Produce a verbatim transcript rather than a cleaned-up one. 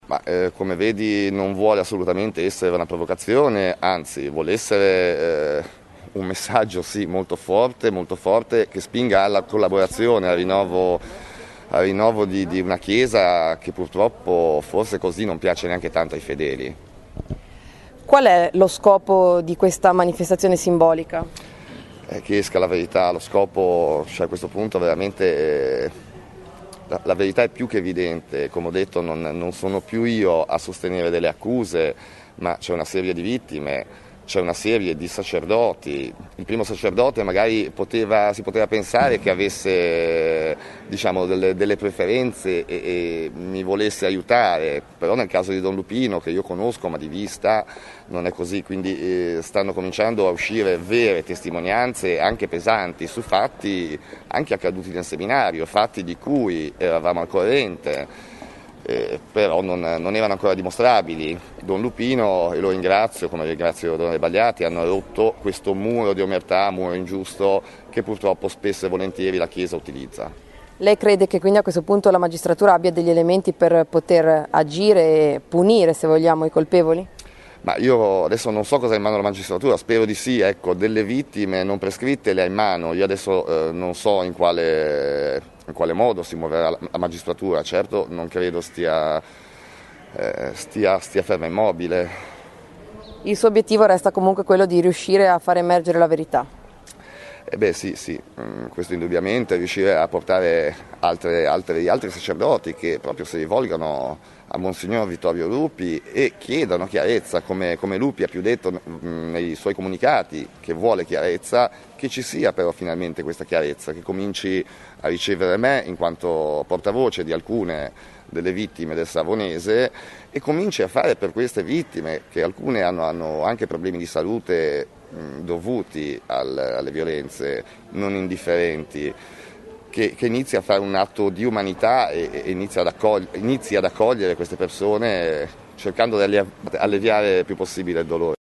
Ma eh, come vedi non vuole assolutamente essere una provocazione, anzi vuole essere eh, un messaggio sì, molto forte, molto forte che spinga alla collaborazione, al rinnovo, al rinnovo di, di una Chiesa che purtroppo forse così non piace neanche tanto ai fedeli. Qual è lo scopo di questa manifestazione simbolica? Eh, che esca la verità, lo scopo cioè, a questo punto veramente... Eh, La, la verità è più che evidente, come ho detto non, non sono più io a sostenere delle accuse, ma c'è una serie di vittime, c'è una serie di sacerdoti. Il primo sacerdote magari poteva, si poteva pensare che avesse diciamo, delle, delle preferenze e, e mi volesse aiutare, però nel caso di Don Lupino, che io conosco ma di vista, non è così, quindi eh, stanno cominciando a uscire vere testimonianze anche pesanti su fatti anche accaduti nel seminario, fatti di cui eravamo al corrente. Eh, però non, non erano ancora dimostrabili. Don Lupino, e lo ringrazio, come ringrazio Don Rebagliati, hanno rotto questo muro di omertà, muro ingiusto, che purtroppo spesso e volentieri la Chiesa utilizza. Lei crede che quindi a questo punto la magistratura abbia degli elementi per poter agire e punire, se vogliamo, i colpevoli? Ma io adesso non so cosa ha in mano la magistratura, spero di sì, ecco, delle vittime non prescritte le ha in mano, io adesso eh, non so in quale, in quale modo si muoverà la, la magistratura, certo non credo stia, eh, stia, stia ferma immobile. Il suo obiettivo resta comunque quello di riuscire a far emergere la verità. Eh beh sì, sì, questo indubbiamente, riuscire a portare altre, altre, altri sacerdoti che proprio si rivolgano a Monsignor Vittorio Lupi e chiedono chiarezza, come, come Lupi ha più detto mh, nei suoi comunicati, che vuole chiarezza, che ci sia però finalmente questa chiarezza, che cominci a ricevere me in quanto portavoce di alcune delle vittime del Savonese e cominci a fare per queste vittime, che alcune hanno, hanno anche problemi di salute mh, dovuti al, alle violenze non indifferenti, che, che inizi a fare un atto di umanità e, e inizi, ad accogli- inizi ad accogliere queste persone cercando di alleviare il più possibile il dolore.